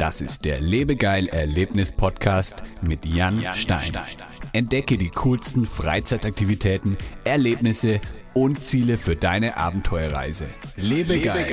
Das ist der Lebegeil-Erlebnis-Podcast mit Jan Stein. Entdecke die coolsten Freizeitaktivitäten, Erlebnisse und Ziele für deine Abenteuerreise. Lebegeil.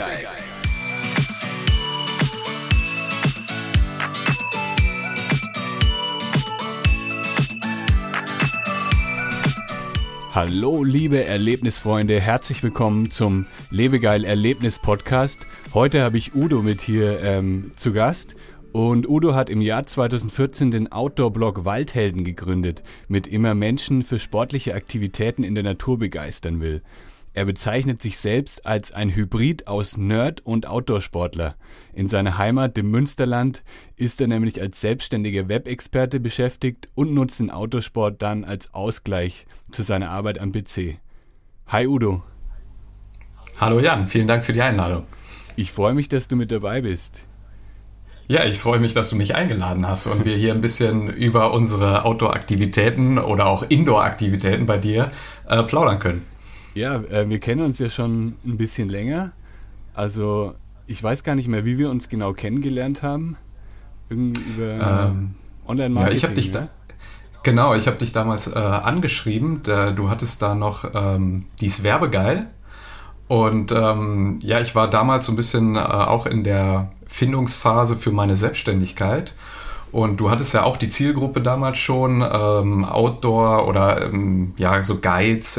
Hallo liebe Erlebnisfreunde, herzlich willkommen zum Lebegeil Erlebnis Podcast. Heute habe ich Udo mit hier zu Gast und Udo hat im Jahr 2014 den Outdoor-Blog Waldhelden gegründet, mit immer Menschen für sportliche Aktivitäten in der Natur begeistern will. Er bezeichnet sich selbst als ein Hybrid aus Nerd und Outdoor-Sportler. In seiner Heimat, dem Münsterland, ist er nämlich als selbstständiger Webexperte beschäftigt und nutzt den Outdoorsport dann als Ausgleich zu seiner Arbeit am PC. Hi Udo. Hallo Jan, vielen Dank für die Einladung. Ich freue mich, dass du mit dabei bist. Ja, ich freue mich, dass du mich eingeladen hast und wir hier ein bisschen über unsere Outdoor-Aktivitäten oder auch Indoor-Aktivitäten bei dir plaudern können. Ja, wir kennen uns ja schon ein bisschen länger. Also ich weiß gar nicht mehr, wie wir uns genau kennengelernt haben. Irgendwie über Online-Marketing. Ja, ich habe dich ich habe dich damals angeschrieben. Du hattest da noch dies Werbegeil. Und ich war damals so ein bisschen auch in der Findungsphase für meine Selbstständigkeit. Und du hattest ja auch die Zielgruppe damals schon, Outdoor oder so Guides,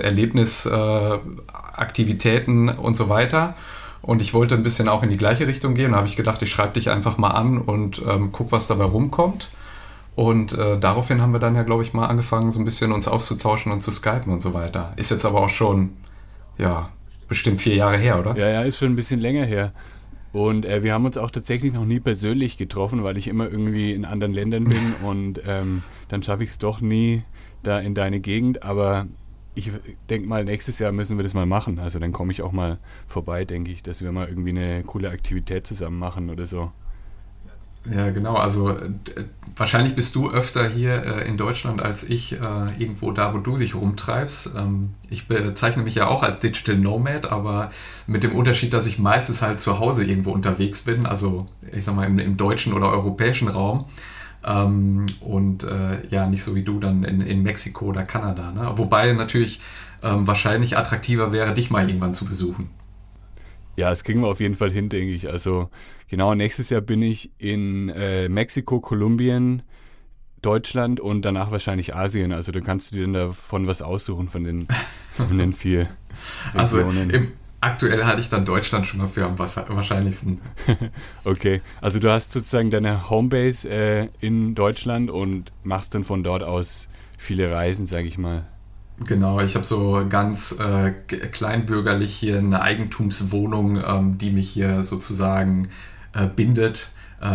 Erlebnisaktivitäten und so weiter. Und ich wollte ein bisschen auch in die gleiche Richtung gehen. Da habe ich gedacht, ich schreibe dich einfach mal an und guck, was dabei rumkommt. Und daraufhin haben wir dann ja, glaube ich, mal angefangen, so ein bisschen uns auszutauschen und zu skypen und so weiter. Ist jetzt aber auch schon, bestimmt 4 Jahre her, oder? Ja, ist schon ein bisschen länger her. Und wir haben uns auch tatsächlich noch nie persönlich getroffen, weil ich immer irgendwie in anderen Ländern bin und dann schaffe ich es doch nie da in deine Gegend. Aber ich denke mal, nächstes Jahr müssen wir das mal machen. Also dann komme ich auch mal vorbei, denke ich, dass wir mal irgendwie eine coole Aktivität zusammen machen oder so. Ja, genau. Also wahrscheinlich bist du öfter hier in Deutschland als ich irgendwo da, wo du dich rumtreibst. Ich bezeichne mich ja auch als Digital Nomad, aber mit dem Unterschied, dass ich meistens halt zu Hause irgendwo unterwegs bin, also ich sag mal im deutschen oder europäischen Raum und nicht so wie du dann in Mexiko oder Kanada. Ne? Wobei natürlich wahrscheinlich attraktiver wäre, dich mal irgendwann zu besuchen. Ja, das kriegen wir auf jeden Fall hin, denke ich. Also genau, nächstes Jahr bin ich in Mexiko, Kolumbien, Deutschland und danach wahrscheinlich Asien. Also da kannst du dir dann davon was aussuchen von den 4 Regionen. Also aktuell halte ich dann Deutschland schon mal für am wahrscheinlichsten. Okay, also du hast sozusagen deine Homebase in Deutschland und machst dann von dort aus viele Reisen, sage ich mal. Genau, ich habe so ganz kleinbürgerlich hier eine Eigentumswohnung, die mich hier sozusagen bindet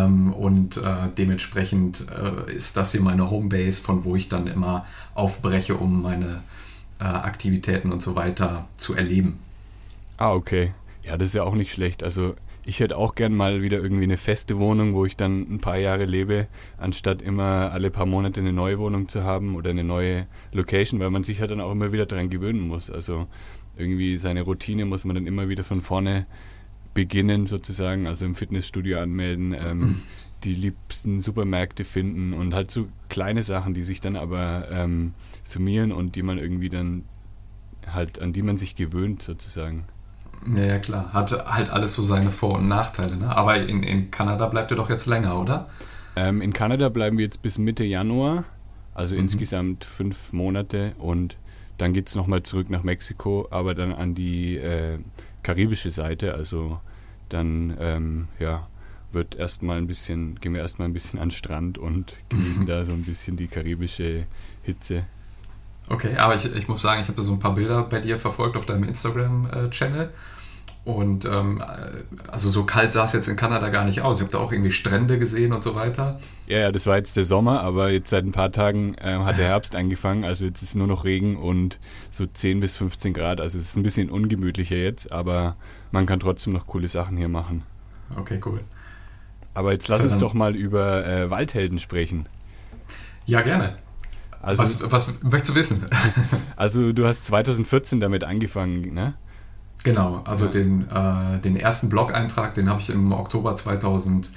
und dementsprechend ist das hier meine Homebase, von wo ich dann immer aufbreche, um meine Aktivitäten und so weiter zu erleben. Ah, okay. Ja, das ist ja auch nicht schlecht. Also ich hätte auch gern mal wieder irgendwie eine feste Wohnung, wo ich dann ein paar Jahre lebe, anstatt immer alle paar Monate eine neue Wohnung zu haben oder eine neue Location, weil man sich halt dann auch immer wieder daran gewöhnen muss. Also irgendwie seine Routine muss man dann immer wieder von vorne beginnen sozusagen, also im Fitnessstudio anmelden, die liebsten Supermärkte finden und halt so kleine Sachen, die sich dann aber summieren und die man irgendwie dann halt, an die man sich gewöhnt sozusagen. Ja, klar. Hat halt alles so seine Vor- und Nachteile. Ne? Aber in Kanada bleibt ihr doch jetzt länger, oder? In Kanada bleiben wir jetzt bis Mitte Januar, also insgesamt 5 Monate und dann geht es nochmal zurück nach Mexiko, aber dann an die karibische Seite, also dann gehen wir erstmal ein bisschen an den Strand und genießen da so ein bisschen die karibische Hitze. Okay, aber ich muss sagen, ich habe so ein paar Bilder bei dir verfolgt auf deinem Instagram-Channel und also so kalt sah es jetzt in Kanada gar nicht aus. Ich habe da auch irgendwie Strände gesehen und so weiter. Ja, das war jetzt der Sommer, aber jetzt seit ein paar Tagen hat der Herbst angefangen, also jetzt ist nur noch Regen und so 10 bis 15 Grad, also es ist ein bisschen ungemütlicher jetzt, aber man kann trotzdem noch coole Sachen hier machen. Okay, cool. Aber jetzt lass uns doch mal über Waldhelden sprechen. Ja, gerne. Also, was möchtest du wissen? Also du hast 2014 damit angefangen, ne? Genau, also den ersten Blog-Eintrag, den habe ich im Oktober 2014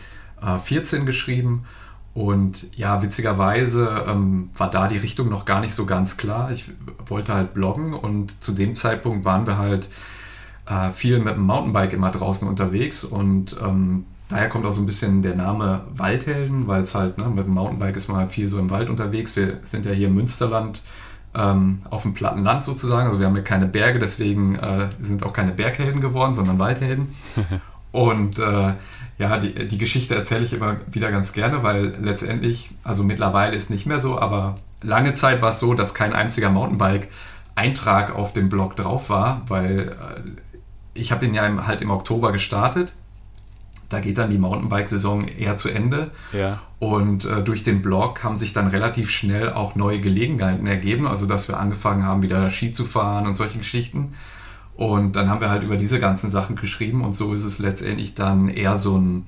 14 geschrieben. Und ja, witzigerweise war da die Richtung noch gar nicht so ganz klar. Ich wollte halt bloggen und zu dem Zeitpunkt waren wir halt viel mit dem Mountainbike immer draußen unterwegs und daher kommt auch so ein bisschen der Name Waldhelden, weil es halt, ne, mit dem Mountainbike ist man halt viel so im Wald unterwegs. Wir sind ja hier im Münsterland auf dem platten Land sozusagen, also wir haben ja keine Berge, deswegen sind auch keine Berghelden geworden, sondern Waldhelden. Und ja, die Geschichte erzähle ich immer wieder ganz gerne, weil letztendlich, also mittlerweile ist nicht mehr so, aber lange Zeit war es so, dass kein einziger Mountainbike-Eintrag auf dem Blog drauf war, weil ich habe ihn ja halt im Oktober gestartet. Da geht dann die Mountainbike-Saison eher zu Ende. Ja. Und durch den Blog haben sich dann relativ schnell auch neue Gelegenheiten ergeben, also dass wir angefangen haben, wieder Ski zu fahren und solche Geschichten. Und dann haben wir halt über diese ganzen Sachen geschrieben und so ist es letztendlich dann eher so ein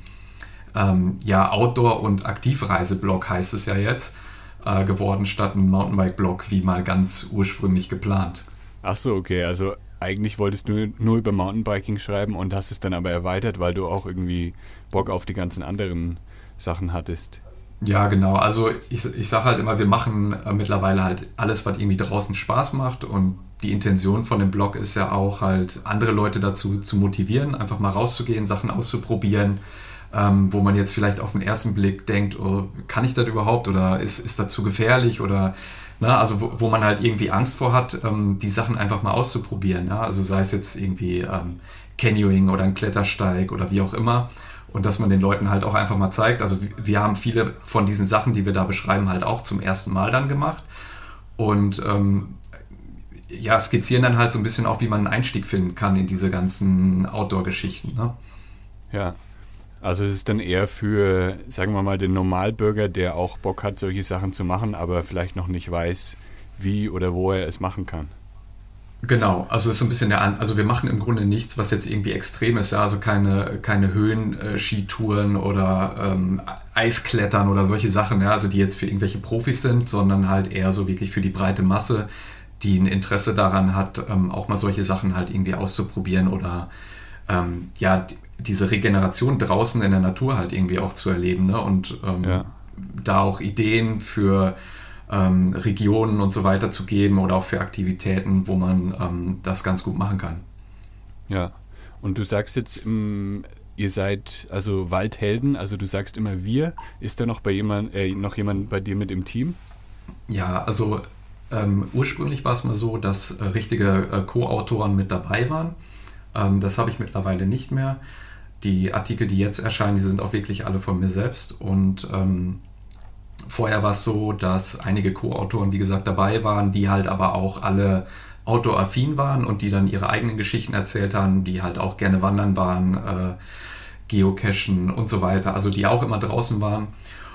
Outdoor- und Aktivreiseblog, heißt es ja jetzt, geworden, statt ein Mountainbike-Blog, wie mal ganz ursprünglich geplant. Ach so, okay, also eigentlich wolltest du nur über Mountainbiking schreiben und hast es dann aber erweitert, weil du auch irgendwie Bock auf die ganzen anderen Sachen hattest. Ja, genau. Also ich sage halt immer, wir machen mittlerweile halt alles, was irgendwie draußen Spaß macht und die Intention von dem Blog ist ja auch halt, andere Leute dazu zu motivieren, einfach mal rauszugehen, Sachen auszuprobieren, wo man jetzt vielleicht auf den ersten Blick denkt, oh, kann ich das überhaupt oder ist das zu gefährlich oder also wo man halt irgendwie Angst vor hat, die Sachen einfach mal auszuprobieren. Ja? Also sei es jetzt irgendwie Canyoning oder ein Klettersteig oder wie auch immer. Und dass man den Leuten halt auch einfach mal zeigt. Also wir haben viele von diesen Sachen, die wir da beschreiben, halt auch zum ersten Mal dann gemacht. Und skizzieren dann halt so ein bisschen auch, wie man einen Einstieg finden kann in diese ganzen Outdoor-Geschichten. Ne? Ja. Also es ist dann eher für, sagen wir mal, den Normalbürger, der auch Bock hat, solche Sachen zu machen, aber vielleicht noch nicht weiß, wie oder wo er es machen kann. Genau, also es ist so ein bisschen also wir machen im Grunde nichts, was jetzt irgendwie extrem ist, ja, also keine Höhenskitouren oder Eisklettern oder solche Sachen, ja, also die jetzt für irgendwelche Profis sind, sondern halt eher so wirklich für die breite Masse, die ein Interesse daran hat, auch mal solche Sachen halt irgendwie auszuprobieren oder diese Regeneration draußen in der Natur halt irgendwie auch zu erleben, ne? Und da auch Ideen für Regionen und so weiter zu geben oder auch für Aktivitäten, wo man das ganz gut machen kann. Ja, und du sagst jetzt, ihr seid also Waldhelden, also du sagst immer wir. Ist da noch noch jemand bei dir mit im Team? Ja, also ursprünglich war es mal so, dass richtige Co-Autoren mit dabei waren. Das habe ich mittlerweile nicht mehr. Die Artikel, die jetzt erscheinen, die sind auch wirklich alle von mir selbst und vorher war es so, dass einige Co-Autoren, wie gesagt, dabei waren, die halt aber auch alle outdoor-affin waren und die dann ihre eigenen Geschichten erzählt haben, die halt auch gerne wandern waren, geocachen und so weiter, also die auch immer draußen waren.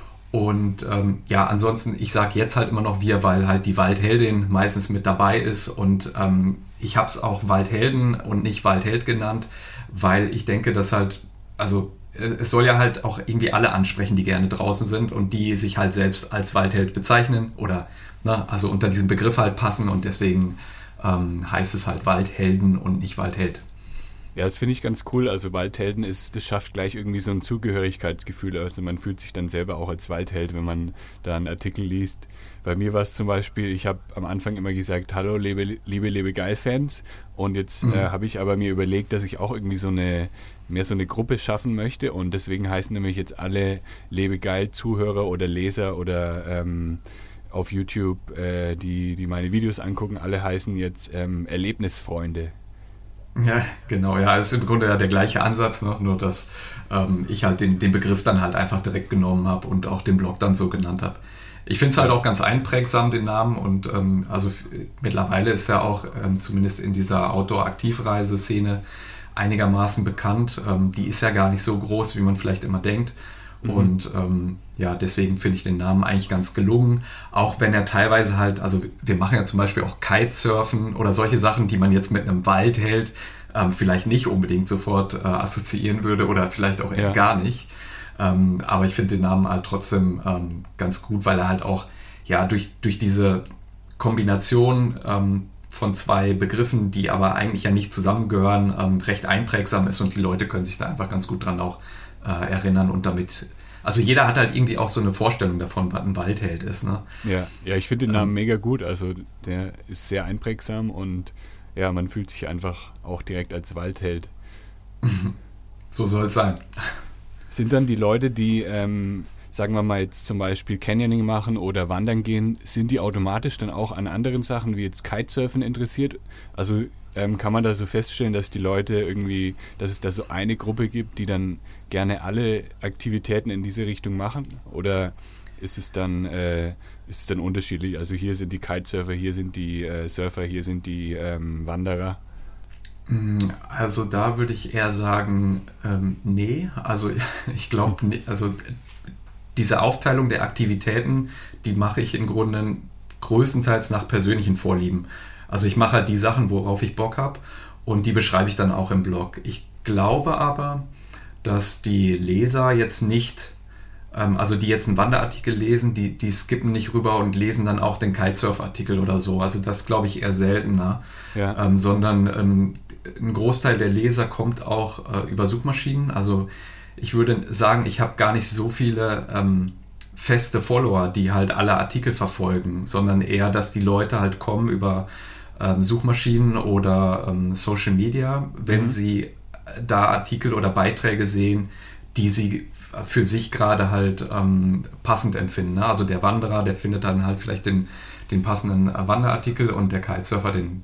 Und ansonsten, ich sage jetzt halt immer noch wir, weil halt die Waldheldin meistens mit dabei ist und ich habe es auch Waldhelden und nicht Waldheld genannt, weil ich denke, dass halt, also es soll ja halt auch irgendwie alle ansprechen, die gerne draußen sind und die sich halt selbst als Waldheld bezeichnen oder also unter diesem Begriff halt passen und deswegen heißt es halt Waldhelden und nicht Waldheld. Ja, das finde ich ganz cool. Also Waldhelden das schafft gleich irgendwie so ein Zugehörigkeitsgefühl. Also man fühlt sich dann selber auch als Waldheld, wenn man da einen Artikel liest. Bei mir war es zum Beispiel, ich habe am Anfang immer gesagt, hallo liebe Geil-Fans. Und jetzt habe ich aber mir überlegt, dass ich auch irgendwie mehr so eine Gruppe schaffen möchte. Und deswegen heißen nämlich jetzt alle Lebegeil-Zuhörer oder Leser oder auf YouTube, die meine Videos angucken, alle heißen jetzt Erlebnisfreunde. Ja, genau, ja, es ist im Grunde ja der gleiche Ansatz, ne? Nur dass ich halt den Begriff dann halt einfach direkt genommen habe und auch den Blog dann so genannt habe. Ich finde es halt auch ganz einprägsam, den Namen und mittlerweile ist ja auch zumindest in dieser Outdoor-Aktivreise-Szene einigermaßen bekannt. Die ist ja gar nicht so groß, wie man vielleicht immer denkt. Und deswegen finde ich den Namen eigentlich ganz gelungen, auch wenn er teilweise halt, also wir machen ja zum Beispiel auch Kitesurfen oder solche Sachen, die man jetzt mit einem Waldheld vielleicht nicht unbedingt sofort assoziieren würde oder vielleicht auch gar nicht. Aber ich finde den Namen halt trotzdem ganz gut, weil er halt auch durch diese Kombination von zwei Begriffen, die aber eigentlich ja nicht zusammengehören, recht einprägsam ist und die Leute können sich da einfach ganz gut dran auch erinnern und damit also jeder hat halt irgendwie auch so eine Vorstellung davon, was ein Waldheld ist. Ne? Ja, ich finde den Namen mega gut. Also der ist sehr einprägsam und ja, man fühlt sich einfach auch direkt als Waldheld. So soll es sein. Sind dann die Leute, die, sagen wir mal jetzt zum Beispiel Canyoning machen oder wandern gehen, sind die automatisch dann auch an anderen Sachen wie jetzt Kitesurfen interessiert? Also kann man da so feststellen, dass die Leute irgendwie, dass es da so eine Gruppe gibt, die dann gerne alle Aktivitäten in diese Richtung machen? Oder ist es dann unterschiedlich? Also hier sind die Kitesurfer, hier sind die Surfer, hier sind die Wanderer. Also da würde ich eher sagen, nee. Also ich glaube, also diese Aufteilung der Aktivitäten, die mache ich im Grunde größtenteils nach persönlichen Vorlieben. Also ich mache halt die Sachen, worauf ich Bock habe und die beschreibe ich dann auch im Blog. Ich glaube aber, dass die Leser jetzt nicht, also die jetzt einen Wanderartikel lesen, die skippen nicht rüber und lesen dann auch den Kitesurf-Artikel oder so. Also das glaube ich eher seltener, sondern ein Großteil der Leser kommt auch über Suchmaschinen. Also ich würde sagen, ich habe gar nicht so viele feste Follower, die halt alle Artikel verfolgen, sondern eher, dass die Leute halt kommen über Suchmaschinen oder Social Media, wenn sie da Artikel oder Beiträge sehen, die sie für sich gerade halt passend empfinden. Ne? Also der Wanderer, der findet dann halt vielleicht den passenden Wanderartikel und der Kitesurfer den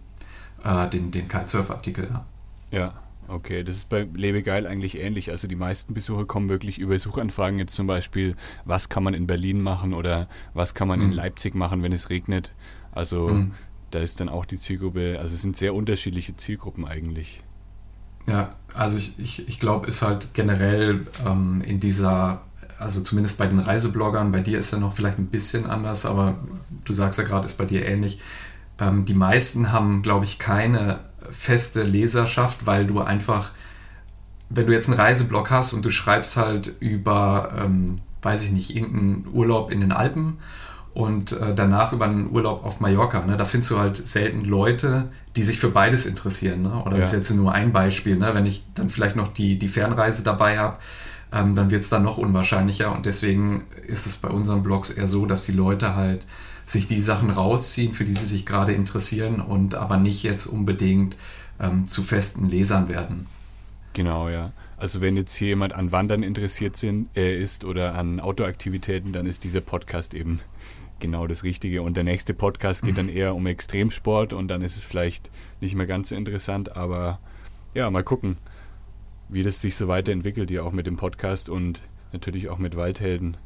Kitesurf-Artikel. Ja, okay. Das ist bei Lebegeil eigentlich ähnlich. Also die meisten Besucher kommen wirklich über Suchanfragen. Jetzt zum Beispiel, was kann man in Berlin machen oder was kann man in Leipzig machen, wenn es regnet. Also da ist dann auch die Zielgruppe, also es sind sehr unterschiedliche Zielgruppen eigentlich. Ja, also ich glaube, ist halt generell in dieser, also zumindest bei den Reisebloggern, bei dir ist ja noch vielleicht ein bisschen anders, aber du sagst ja gerade, ist bei dir ähnlich. Die meisten haben, glaube ich, keine feste Leserschaft, weil du einfach, wenn du jetzt einen Reiseblog hast und du schreibst halt über, weiß ich nicht, irgendeinen Urlaub in den Alpen und danach über einen Urlaub auf Mallorca, ne, da findest du halt selten Leute, die sich für beides interessieren. Ne? Oder das ist jetzt nur ein Beispiel. Ne? Wenn ich dann vielleicht noch die Fernreise dabei habe, dann wird es dann noch unwahrscheinlicher. Und deswegen ist es bei unseren Blogs eher so, dass die Leute halt sich die Sachen rausziehen, für die sie sich gerade interessieren und aber nicht jetzt unbedingt zu festen Lesern werden. Genau, ja. Also wenn jetzt hier jemand an Wandern interessiert ist oder an Outdoor-Aktivitäten, dann ist dieser Podcast eben genau das Richtige. Und der nächste Podcast geht dann eher um Extremsport und dann ist es vielleicht nicht mehr ganz so interessant, aber ja, mal gucken, wie das sich so weiterentwickelt, ja auch mit dem Podcast und natürlich auch mit Waldhelden.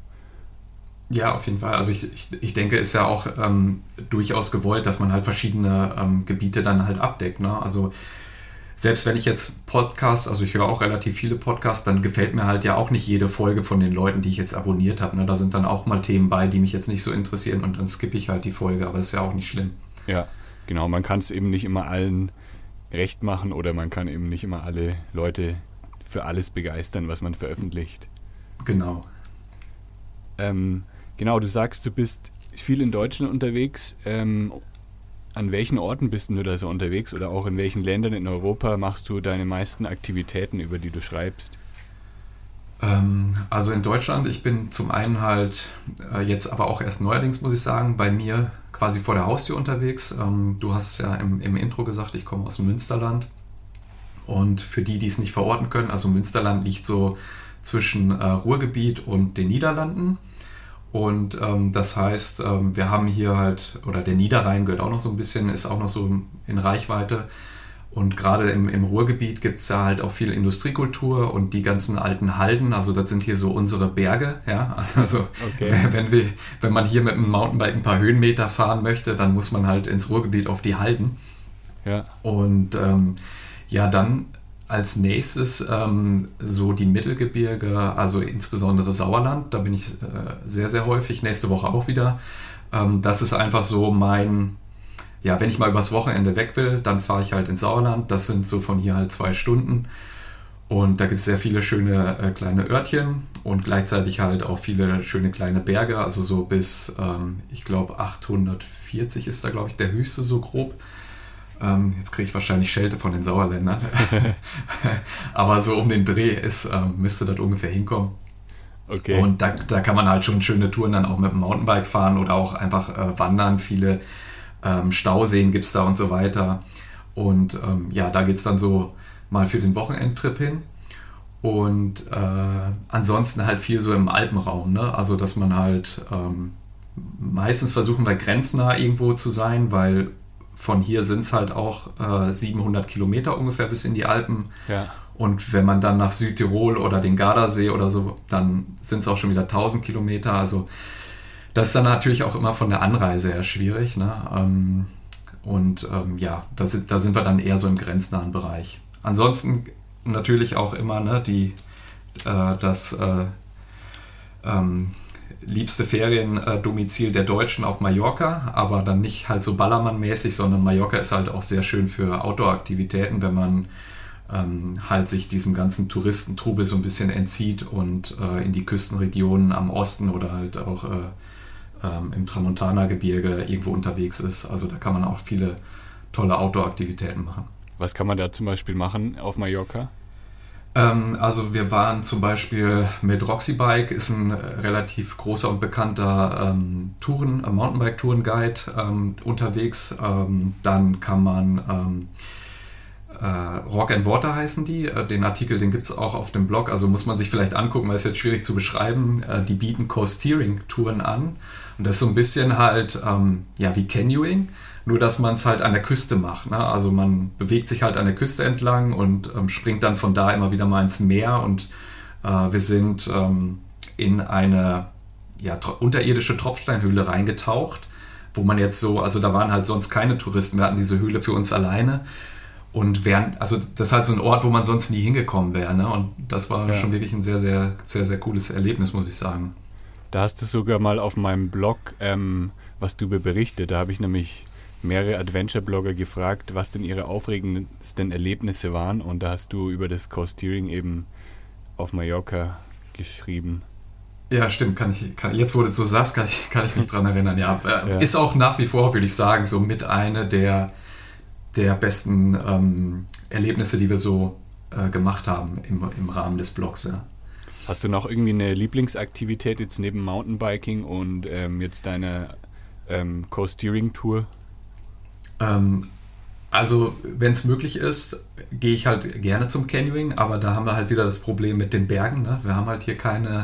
Ja, auf jeden Fall. Also ich denke, ist ja auch durchaus gewollt, dass man halt verschiedene Gebiete dann halt abdeckt. Ne? Also selbst wenn ich jetzt Podcasts, also ich höre auch relativ viele Podcasts, dann gefällt mir halt ja auch nicht jede Folge von den Leuten, die ich jetzt abonniert habe. Ne? Da sind dann auch mal Themen bei, die mich jetzt nicht so interessieren und dann skippe ich halt die Folge, aber das ist ja auch nicht schlimm. Ja, genau. Man kann es eben nicht immer allen recht machen oder man kann eben nicht immer alle Leute für alles begeistern, was man veröffentlicht. Genau. Genau, du sagst, du bist viel in Deutschland unterwegs. An welchen Orten bist du da so unterwegs oder auch in welchen Ländern in Europa machst du deine meisten Aktivitäten, über die du schreibst? Also in Deutschland, ich bin zum einen halt jetzt aber auch erst neuerdings, muss ich sagen, bei mir quasi vor der Haustür unterwegs. Du hast es ja im Intro gesagt, ich komme aus dem Münsterland. Und für die es nicht verorten können, also Münsterland liegt so zwischen Ruhrgebiet und den Niederlanden. Und das heißt, wir haben hier halt, oder der Niederrhein gehört auch noch so ein bisschen, ist auch noch so in Reichweite. Und gerade im Ruhrgebiet gibt es ja halt auch viel Industriekultur und die ganzen alten Halden, also das sind hier so unsere Berge. Ja? Also okay. Wenn man hier mit dem Mountainbike ein paar Höhenmeter fahren möchte, dann muss man halt ins Ruhrgebiet auf die Halden. Ja. Und ja, dann als nächstes so die Mittelgebirge, also insbesondere Sauerland, da bin ich sehr, sehr häufig, nächste Woche auch wieder. Das ist einfach so mein, ja, wenn ich mal übers Wochenende weg will, dann fahre ich halt ins Sauerland, das sind so von hier halt 2 Stunden und da gibt es sehr viele schöne kleine Örtchen und gleichzeitig halt auch viele schöne kleine Berge, also so bis, ich glaube 840 ist da, glaube ich, der höchste so grob. Jetzt kriege ich wahrscheinlich Schelte von den Sauerländern. Aber so um den Dreh müsste das ungefähr hinkommen. Okay. Und da kann man halt schon schöne Touren dann auch mit dem Mountainbike fahren oder auch einfach wandern. Viele Stauseen gibt es da und so weiter. Und da geht es dann so mal für den Wochenendtrip hin. Und ansonsten halt viel so im Alpenraum, ne? Also dass man halt meistens versuchen wir grenznah irgendwo zu sein, weil von hier sind es halt auch 700 Kilometer ungefähr bis in die Alpen. Ja. Und wenn man dann nach Südtirol oder den Gardasee oder so, dann sind es auch schon wieder 1000 Kilometer. Also das ist dann natürlich auch immer von der Anreise her schwierig, ne? Da sind wir dann eher so im grenznahen Bereich. Ansonsten natürlich auch immer, ne, das liebste Feriendomizil der Deutschen auf Mallorca, aber dann nicht halt so Ballermann-mäßig, sondern Mallorca ist halt auch sehr schön für Outdoor-Aktivitäten, wenn man halt sich diesem ganzen Touristentrubel so ein bisschen entzieht und in die Küstenregionen am Osten oder halt auch im Tramontana-Gebirge irgendwo unterwegs ist. Also da kann man auch viele tolle Outdoor-Aktivitäten machen. Was kann man da zum Beispiel machen auf Mallorca? Also wir waren zum Beispiel mit Roxy Bike, ist ein relativ großer und bekannter Mountainbike-Touren-Guide unterwegs. Dann kann man Rock and Water heißen die. Den Artikel, den gibt es auch auf dem Blog. Also muss man sich vielleicht angucken, weil es jetzt schwierig zu beschreiben. Die bieten Co-Steering-Touren an. Und das ist so ein bisschen halt wie Canyoning. Nur, dass man es halt an der Küste macht. Ne? Also man bewegt sich halt an der Küste entlang und springt dann von da immer wieder mal ins Meer. Und wir sind in eine unterirdische Tropfsteinhöhle reingetaucht, wo man jetzt so, also da waren halt sonst keine Touristen. Wir hatten diese Höhle für uns alleine. Und das ist halt so ein Ort, wo man sonst nie hingekommen wäre. Ne? Und das war schon wirklich ein sehr, sehr, sehr, sehr cooles Erlebnis, muss ich sagen. Da hast du sogar mal auf meinem Blog was darüber berichtet. Da habe ich nämlich mehrere Adventure-Blogger gefragt, was denn ihre aufregendsten Erlebnisse waren. Und da hast du über das Co-Steering eben auf Mallorca geschrieben. Ja, stimmt. Kann ich jetzt, wo du so sagst, kann ich mich dran erinnern. Ja, ist auch nach wie vor, würde ich sagen, so mit einer der besten Erlebnisse, die wir so gemacht haben im Rahmen des Blogs. Ja. Hast du noch irgendwie eine Lieblingsaktivität jetzt neben Mountainbiking und jetzt deine Co-Steering-Tour? Also, wenn es möglich ist, gehe ich halt gerne zum Canyoning, aber da haben wir halt wieder das Problem mit den Bergen. Ne? Wir haben halt hier keine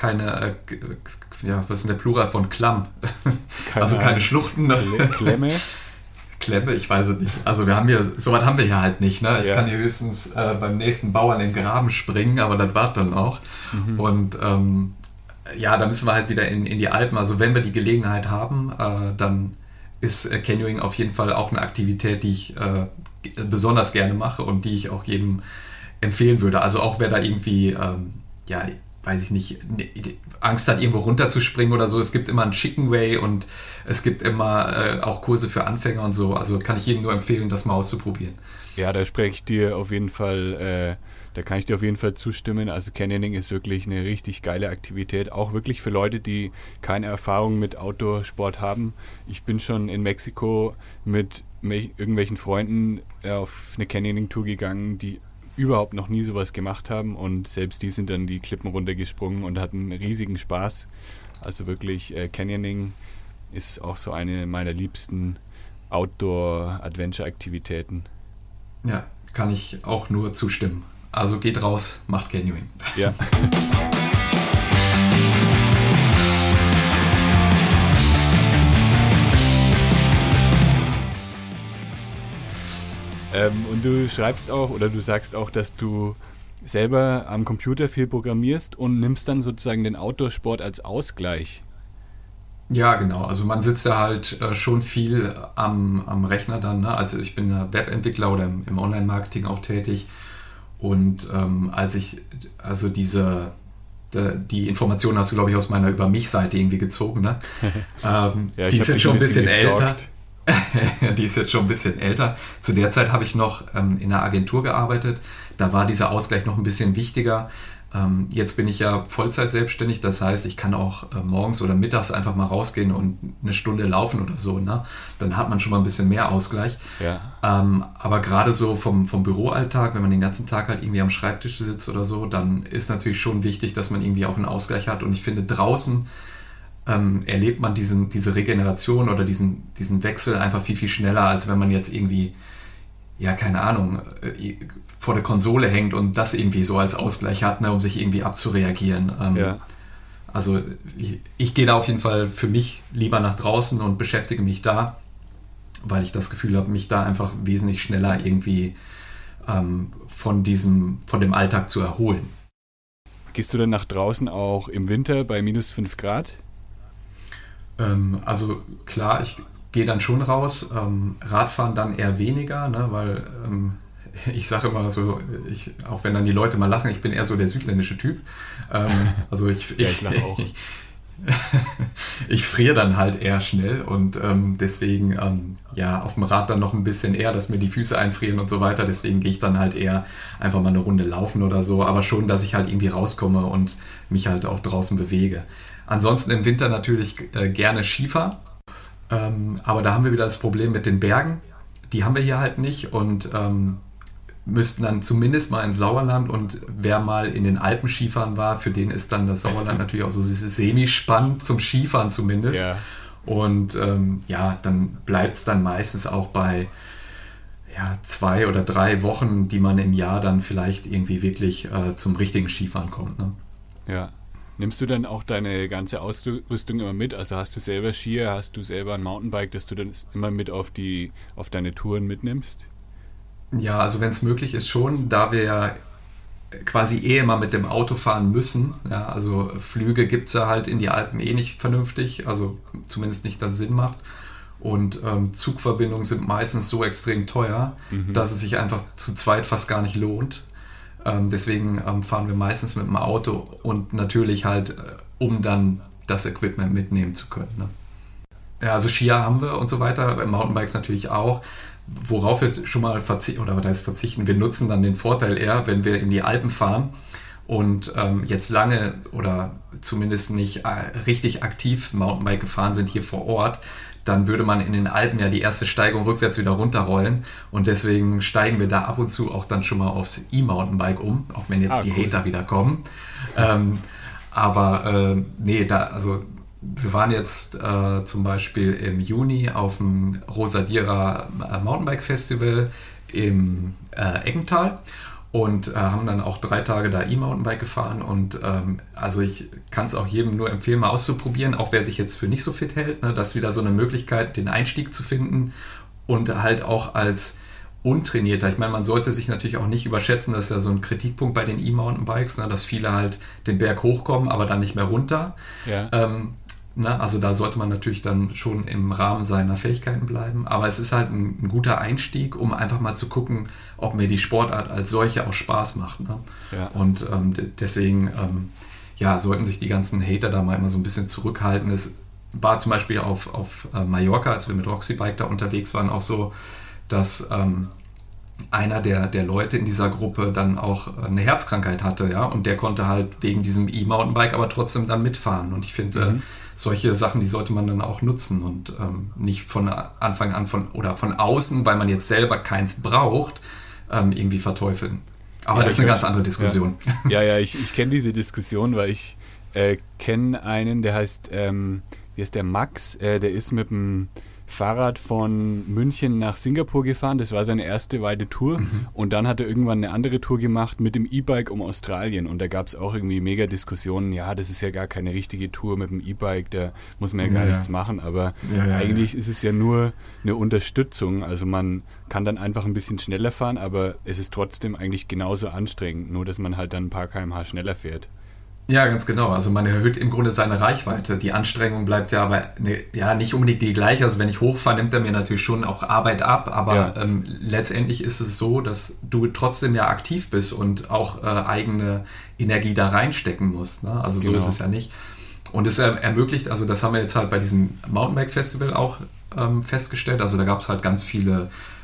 was ist denn der Plural von Klamm? Also keine Schluchten. Klemme, ich weiß es nicht. Also sowas haben wir hier halt nicht. Ne? Ich kann hier höchstens beim nächsten Bauern in den Graben springen, aber das war dann auch. Mhm. Und da müssen wir halt wieder in die Alpen. Also wenn wir die Gelegenheit haben, dann ist Canyoning auf jeden Fall auch eine Aktivität, die ich besonders gerne mache und die ich auch jedem empfehlen würde. Also auch wer da irgendwie, weiß ich nicht, Angst hat, irgendwo runterzuspringen oder so. Es gibt immer einen Chicken Way und es gibt immer auch Kurse für Anfänger und so. Also kann ich jedem nur empfehlen, das mal auszuprobieren. Ja, da spreche ich dir auf jeden Fall, da kann ich dir auf jeden Fall zustimmen. Also Canyoning ist wirklich eine richtig geile Aktivität, auch wirklich für Leute, die keine Erfahrung mit Outdoor-Sport haben. Ich bin schon in Mexiko mit irgendwelchen Freunden auf eine Canyoning-Tour gegangen, die überhaupt noch nie sowas gemacht haben und selbst die sind dann die Klippen runtergesprungen und hatten riesigen Spaß. Also wirklich, Canyoning ist auch so eine meiner liebsten Outdoor-Adventure-Aktivitäten. Ja, kann ich auch nur zustimmen. Also geht raus, macht Canyoning. Ja. Und du schreibst auch, oder du sagst auch, dass du selber am Computer viel programmierst und nimmst dann sozusagen den Outdoor-Sport als Ausgleich. Ja, genau. Also man sitzt ja halt schon viel am Rechner dann. Ne? Also ich bin ja Webentwickler oder im Online-Marketing auch tätig. Und die Informationen hast du, glaube ich, aus meiner Über mich-Seite irgendwie gezogen. Ne? Die ist jetzt schon ein bisschen älter. Die ist jetzt schon ein bisschen älter. Zu der Zeit habe ich noch in einer Agentur gearbeitet. Da war dieser Ausgleich noch ein bisschen wichtiger, Jetzt bin ich ja Vollzeit selbstständig, das heißt, ich kann auch morgens oder mittags einfach mal rausgehen und eine Stunde laufen oder so. Ne? Dann hat man schon mal ein bisschen mehr Ausgleich. Ja. Aber gerade so vom Büroalltag, wenn man den ganzen Tag halt irgendwie am Schreibtisch sitzt oder so, dann ist natürlich schon wichtig, dass man irgendwie auch einen Ausgleich hat. Und ich finde, draußen erlebt man diese Regeneration oder diesen Wechsel einfach viel, viel schneller, als wenn man jetzt irgendwie, ja, keine Ahnung, vor der Konsole hängt und das irgendwie so als Ausgleich hat, ne, um sich irgendwie abzureagieren. Ja. Also ich gehe da auf jeden Fall für mich lieber nach draußen und beschäftige mich da, weil ich das Gefühl habe, mich da einfach wesentlich schneller irgendwie von dem Alltag zu erholen. Gehst du denn nach draußen auch im Winter bei minus 5 Grad? Also klar, ich gehe dann schon raus, Radfahren dann eher weniger, ne, weil ich sage immer so, auch wenn dann die Leute mal lachen, ich bin eher so der südländische Typ. Also ich lache auch. Ich friere dann halt eher schnell und deswegen auf dem Rad dann noch ein bisschen eher, dass mir die Füße einfrieren und so weiter. Deswegen gehe ich dann halt eher einfach mal eine Runde laufen oder so, aber schon, dass ich halt irgendwie rauskomme und mich halt auch draußen bewege. Ansonsten im Winter natürlich gerne Skifahren, aber da haben wir wieder das Problem mit den Bergen. Die haben wir hier halt nicht und müssten dann zumindest mal ins Sauerland, und wer mal in den Alpen Skifahren war, für den ist dann das Sauerland natürlich auch so semi-spannend zum Skifahren zumindest. Ja. Und dann bleibt es dann meistens auch bei 2 oder 3 Wochen, die man im Jahr dann vielleicht irgendwie wirklich zum richtigen Skifahren kommt. Ne? Ja. Nimmst du dann auch deine ganze Ausrüstung immer mit? Also hast du selber Skier, hast du selber ein Mountainbike, dass du dann immer mit auf deine Touren mitnimmst? Ja, also wenn es möglich ist schon, da wir ja quasi immer mit dem Auto fahren müssen. Ja, also Flüge gibt es ja halt in die Alpen nicht vernünftig, also zumindest nicht, dass es Sinn macht. Und Zugverbindungen sind meistens so extrem teuer, dass es sich einfach zu zweit fast gar nicht lohnt. Deswegen fahren wir meistens mit dem Auto und natürlich halt, um dann das Equipment mitnehmen zu können. Ne? Ja, also Skier haben wir und so weiter, Mountainbikes natürlich auch. Worauf wir schon mal verzichten, wir nutzen dann den Vorteil eher, wenn wir in die Alpen fahren und jetzt lange oder zumindest nicht richtig aktiv Mountainbike gefahren sind hier vor Ort, dann würde man in den Alpen ja die erste Steigung rückwärts wieder runterrollen, und deswegen steigen wir da ab und zu auch dann schon mal aufs E-Mountainbike um, auch wenn jetzt die Hater wieder kommen. Wir waren jetzt zum Beispiel im Juni auf dem Rosadierer Mountainbike Festival im Eggental und haben dann auch 3 Tage da E-Mountainbike gefahren, und also ich kann es auch jedem nur empfehlen, mal auszuprobieren, auch wer sich jetzt für nicht so fit hält, ne, das ist wieder so eine Möglichkeit, den Einstieg zu finden und halt auch als Untrainierter. Ich meine, man sollte sich natürlich auch nicht überschätzen, das ist ja so ein Kritikpunkt bei den E-Mountainbikes, ne, dass viele halt den Berg hochkommen, aber dann nicht mehr runter. Ja. Also da sollte man natürlich dann schon im Rahmen seiner Fähigkeiten bleiben. Aber es ist halt ein guter Einstieg, um einfach mal zu gucken, ob mir die Sportart als solche auch Spaß macht. Ne? Ja. Und deswegen sollten sich die ganzen Hater da mal immer so ein bisschen zurückhalten. Es war zum Beispiel auf Mallorca, als wir mit Roxy Bike da unterwegs waren, auch so, dass einer der Leute in dieser Gruppe dann auch eine Herzkrankheit hatte, ja, und der konnte halt wegen diesem E-Mountainbike aber trotzdem dann mitfahren. Und ich finde, solche Sachen, die sollte man dann auch nutzen und nicht von Anfang an von außen, weil man jetzt selber keins braucht, irgendwie verteufeln. Aber das ist eine ganz andere Diskussion. Ja, ich kenne diese Diskussion, weil ich kenne einen, der heißt, wie heißt der, Max, der ist mit dem Fahrrad von München nach Singapur gefahren. Das war seine erste weite Tour. Und dann hat er irgendwann eine andere Tour gemacht mit dem E-Bike um Australien. Und da gab es auch irgendwie mega Diskussionen. Ja, das ist ja gar keine richtige Tour mit dem E-Bike. Da muss man ja gar nichts machen. Aber eigentlich ist es ja nur eine Unterstützung. Also man kann dann einfach ein bisschen schneller fahren, aber es ist trotzdem eigentlich genauso anstrengend. Nur, dass man halt dann ein paar km/h schneller fährt. Ja, ganz genau. Also man erhöht im Grunde seine Reichweite. Die Anstrengung bleibt ja aber nicht unbedingt die gleiche. Also wenn ich hochfahre, nimmt er mir natürlich schon auch Arbeit ab. Aber letztendlich ist es so, dass du trotzdem ja aktiv bist und auch eigene Energie da reinstecken musst. Ne? Also so ist es ja nicht. Und es ermöglicht, also das haben wir jetzt halt bei diesem Mountainbike-Festival auch festgestellt. Also da gab es halt ganz viele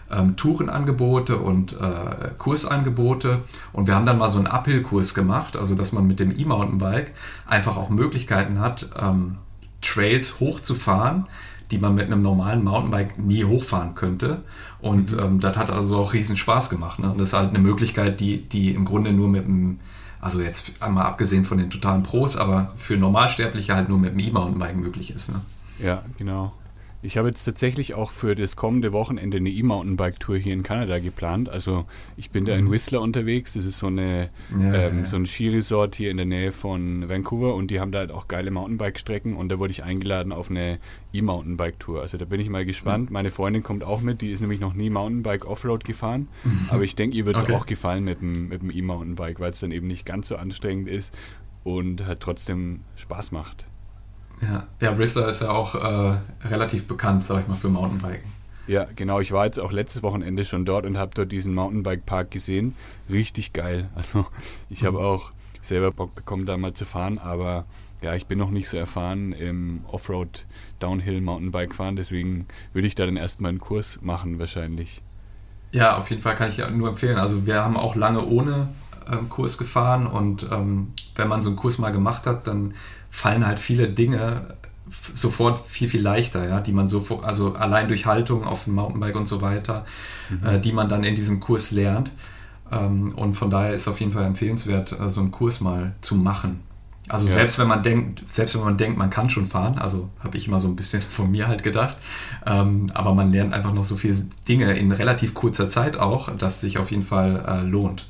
Tourenangebote und Kursangebote. Und wir haben dann mal so einen Uphill-Kurs gemacht, also dass man mit dem E-Mountainbike einfach auch Möglichkeiten hat, Trails hochzufahren, die man mit einem normalen Mountainbike nie hochfahren könnte. Und das hat also auch riesen Spaß gemacht. Ne? Und das ist halt eine Möglichkeit, die im Grunde nur mit dem, also jetzt einmal abgesehen von den totalen Pros, aber für Normalsterbliche halt nur mit dem E-Mountainbike möglich ist. Ne? Ja, genau. Ich habe jetzt tatsächlich auch für das kommende Wochenende eine E-Mountainbike-Tour hier in Kanada geplant. Also ich bin da in Whistler unterwegs. Das ist so ein Skiresort hier in der Nähe von Vancouver und die haben da halt auch geile Mountainbike-Strecken und da wurde ich eingeladen auf eine E-Mountainbike-Tour. Also da bin ich mal gespannt. Meine Freundin kommt auch mit, die ist nämlich noch nie Mountainbike Offroad gefahren. Aber ich denke, ihr wird es auch gefallen mit dem E-Mountainbike, weil es dann eben nicht ganz so anstrengend ist und halt trotzdem Spaß macht. Ja, Whistler ist ja auch relativ bekannt, sag ich mal, für Mountainbiken. Ja, genau. Ich war jetzt auch letztes Wochenende schon dort und habe dort diesen Mountainbike-Park gesehen. Richtig geil. Also ich habe auch selber Bock bekommen, da mal zu fahren, aber ja, ich bin noch nicht so erfahren im Offroad, Downhill, Mountainbike fahren, deswegen würde ich da dann erstmal einen Kurs machen wahrscheinlich. Ja, auf jeden Fall kann ich nur empfehlen. Also wir haben auch lange ohne Kurs gefahren und wenn man so einen Kurs mal gemacht hat, dann fallen halt viele Dinge sofort viel, viel leichter, ja, die man also allein durch Haltung auf dem Mountainbike und so weiter, die man dann in diesem Kurs lernt. Und von daher ist auf jeden Fall empfehlenswert, so einen Kurs mal zu machen. Also selbst wenn man denkt, man kann schon fahren, also habe ich immer so ein bisschen von mir halt gedacht, aber man lernt einfach noch so viele Dinge in relativ kurzer Zeit auch, dass sich auf jeden Fall lohnt.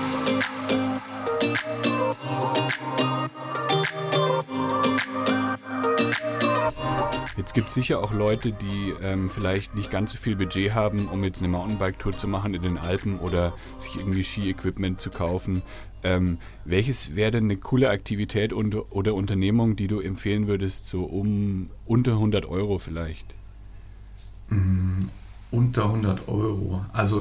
Jetzt gibt es sicher auch Leute, die vielleicht nicht ganz so viel Budget haben, um jetzt eine Mountainbike-Tour zu machen in den Alpen oder sich irgendwie Ski-Equipment zu kaufen. Welches wäre denn eine coole Aktivität oder Unternehmung, die du empfehlen würdest, so um unter 100 Euro vielleicht? Unter 100 Euro. Also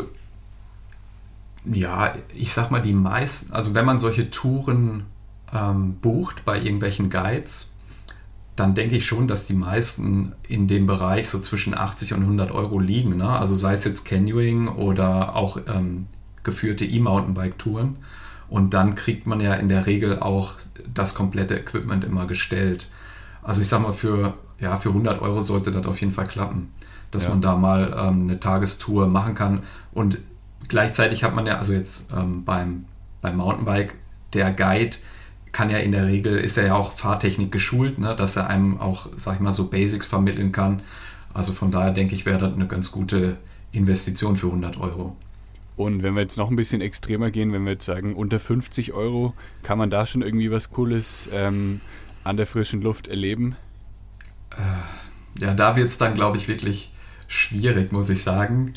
ja, ich sag mal die meisten, also wenn man solche Touren bucht bei irgendwelchen Guides, dann denke ich schon, dass die meisten in dem Bereich so zwischen 80 und 100 Euro liegen. Ne? Also sei es jetzt Canyoning oder auch geführte E-Mountainbike-Touren. Und dann kriegt man ja in der Regel auch das komplette Equipment immer gestellt. Also ich sag mal, für 100 Euro sollte das auf jeden Fall klappen, dass man da mal eine Tagestour machen kann. Und gleichzeitig hat man ja, also jetzt beim Mountainbike, der Guide kann ja in der Regel, ist er ja auch Fahrtechnik geschult, ne, dass er einem auch, sag ich mal, so Basics vermitteln kann. Also von daher denke ich, wäre das eine ganz gute Investition für 100 Euro. Und wenn wir jetzt noch ein bisschen extremer gehen, wenn wir jetzt sagen, unter 50 Euro, kann man da schon irgendwie was Cooles an der frischen Luft erleben? Ja, da wird es dann, glaube ich, wirklich schwierig, muss ich sagen.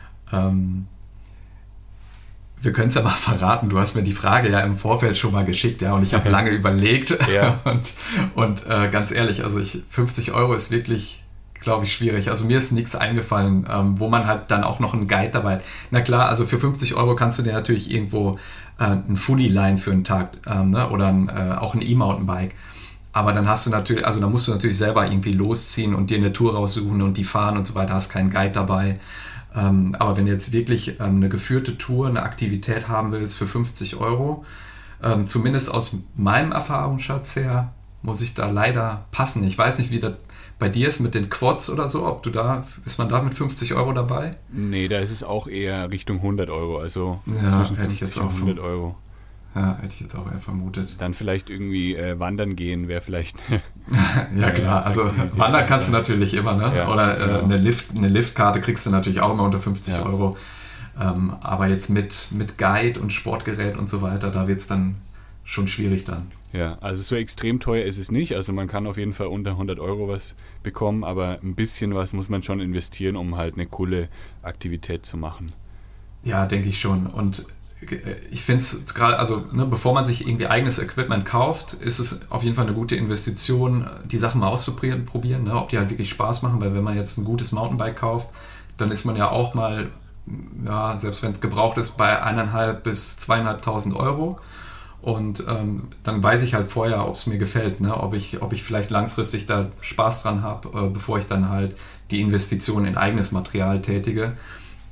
Wir können es ja mal verraten, du hast mir die Frage ja im Vorfeld schon mal geschickt, ja, und ich habe lange überlegt. Ja. und ganz ehrlich, also 50 Euro ist wirklich, glaube ich, schwierig. Also mir ist nichts eingefallen, wo man halt dann auch noch einen Guide dabei hat. Na klar, also für 50 Euro kannst du dir natürlich irgendwo ein Fully leihen für einen Tag, ne, oder auch ein E-Mountainbike. Aber dann hast du natürlich, also da musst du natürlich selber irgendwie losziehen und dir eine Tour raussuchen und die fahren und so weiter, hast keinen Guide dabei. Aber wenn du jetzt wirklich eine geführte Tour, eine Aktivität haben willst für 50 Euro, zumindest aus meinem Erfahrungsschatz her, muss ich da leider passen. Ich weiß nicht, wie das bei dir ist mit den Quads oder so, ist man da mit 50 Euro dabei? Nee, da ist es auch eher Richtung 100 Euro, also ja, zwischen 50 und 100 Euro. Ja, hätte ich jetzt auch eher vermutet. Dann vielleicht irgendwie wandern gehen wäre vielleicht... Ja klar, also wandern kannst du natürlich immer, ne? Ja, oder genau. eine Liftkarte kriegst du natürlich auch immer unter 50 Euro. Aber jetzt mit Guide und Sportgerät und so weiter, da wird es dann schon schwierig dann. Ja, also so extrem teuer ist es nicht. Also man kann auf jeden Fall unter 100 Euro was bekommen, aber ein bisschen was muss man schon investieren, um halt eine coole Aktivität zu machen. Ja, denke ich schon. Und ich finde es gerade, also bevor man sich irgendwie eigenes Equipment kauft, ist es auf jeden Fall eine gute Investition, die Sachen mal auszuprobieren, ne, ob die halt wirklich Spaß machen, weil wenn man jetzt ein gutes Mountainbike kauft, dann ist man ja auch mal, ja, selbst wenn es gebraucht ist, bei 1.500 bis 2.500 Euro. Und dann weiß ich halt vorher, ob es mir gefällt, ne, ob ich vielleicht langfristig da Spaß dran habe, bevor ich dann halt die Investition in eigenes Material tätige.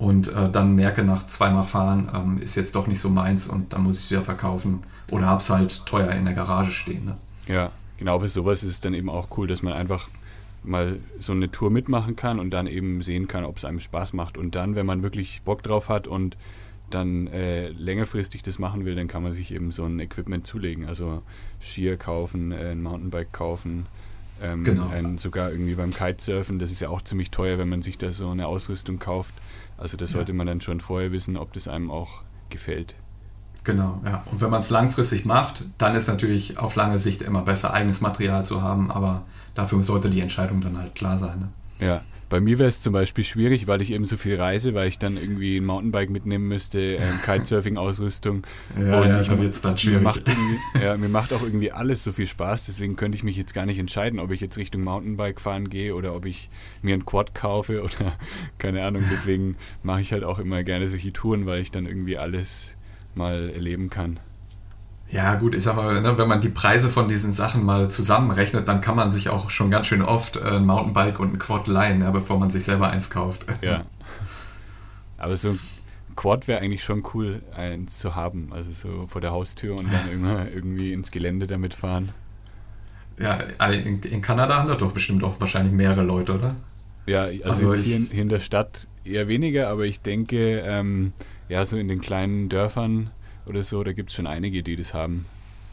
und dann merke nach zweimal Fahren, ist jetzt doch nicht so meins und dann muss ich es wieder verkaufen oder habe es halt teuer in der Garage stehen. Ne? Ja, genau, für sowas ist es dann eben auch cool, dass man einfach mal so eine Tour mitmachen kann und dann eben sehen kann, ob es einem Spaß macht. Und dann, wenn man wirklich Bock drauf hat und dann längerfristig das machen will, dann kann man sich eben so ein Equipment zulegen. Also Skier kaufen, ein Mountainbike kaufen, Genau. sogar irgendwie beim Kitesurfen. Das ist ja auch ziemlich teuer, wenn man sich da so eine Ausrüstung kauft. Also das sollte man dann schon vorher wissen, ob das einem auch gefällt. Genau, ja. Und wenn man es langfristig macht, dann ist natürlich auf lange Sicht immer besser, eigenes Material zu haben, aber dafür sollte die Entscheidung dann halt klar sein. Ne? Ja, bei mir wäre es zum Beispiel schwierig, weil ich eben so viel reise, weil ich dann irgendwie ein Mountainbike mitnehmen müsste, Kitesurfing-Ausrüstung. Ja, und dann wird es dann schwierig. Mir macht auch irgendwie alles so viel Spaß, deswegen könnte ich mich jetzt gar nicht entscheiden, ob ich jetzt Richtung Mountainbike fahren gehe oder ob ich mir ein Quad kaufe oder keine Ahnung. Deswegen mache ich halt auch immer gerne solche Touren, weil ich dann irgendwie alles mal erleben kann. Ja gut, ich sag mal, ne, wenn man die Preise von diesen Sachen mal zusammenrechnet, dann kann man sich auch schon ganz schön oft ein Mountainbike und ein Quad leihen, ja, bevor man sich selber eins kauft. Ja, aber so ein Quad wäre eigentlich schon cool, eins zu haben, also so vor der Haustür und dann immer irgendwie ins Gelände damit fahren. Ja, in Kanada haben da doch bestimmt auch wahrscheinlich mehrere Leute, oder? Ja, also jetzt hier in der Stadt eher weniger, aber ich denke, ja, so in den kleinen Dörfern oder so, da gibt es schon einige, die das haben.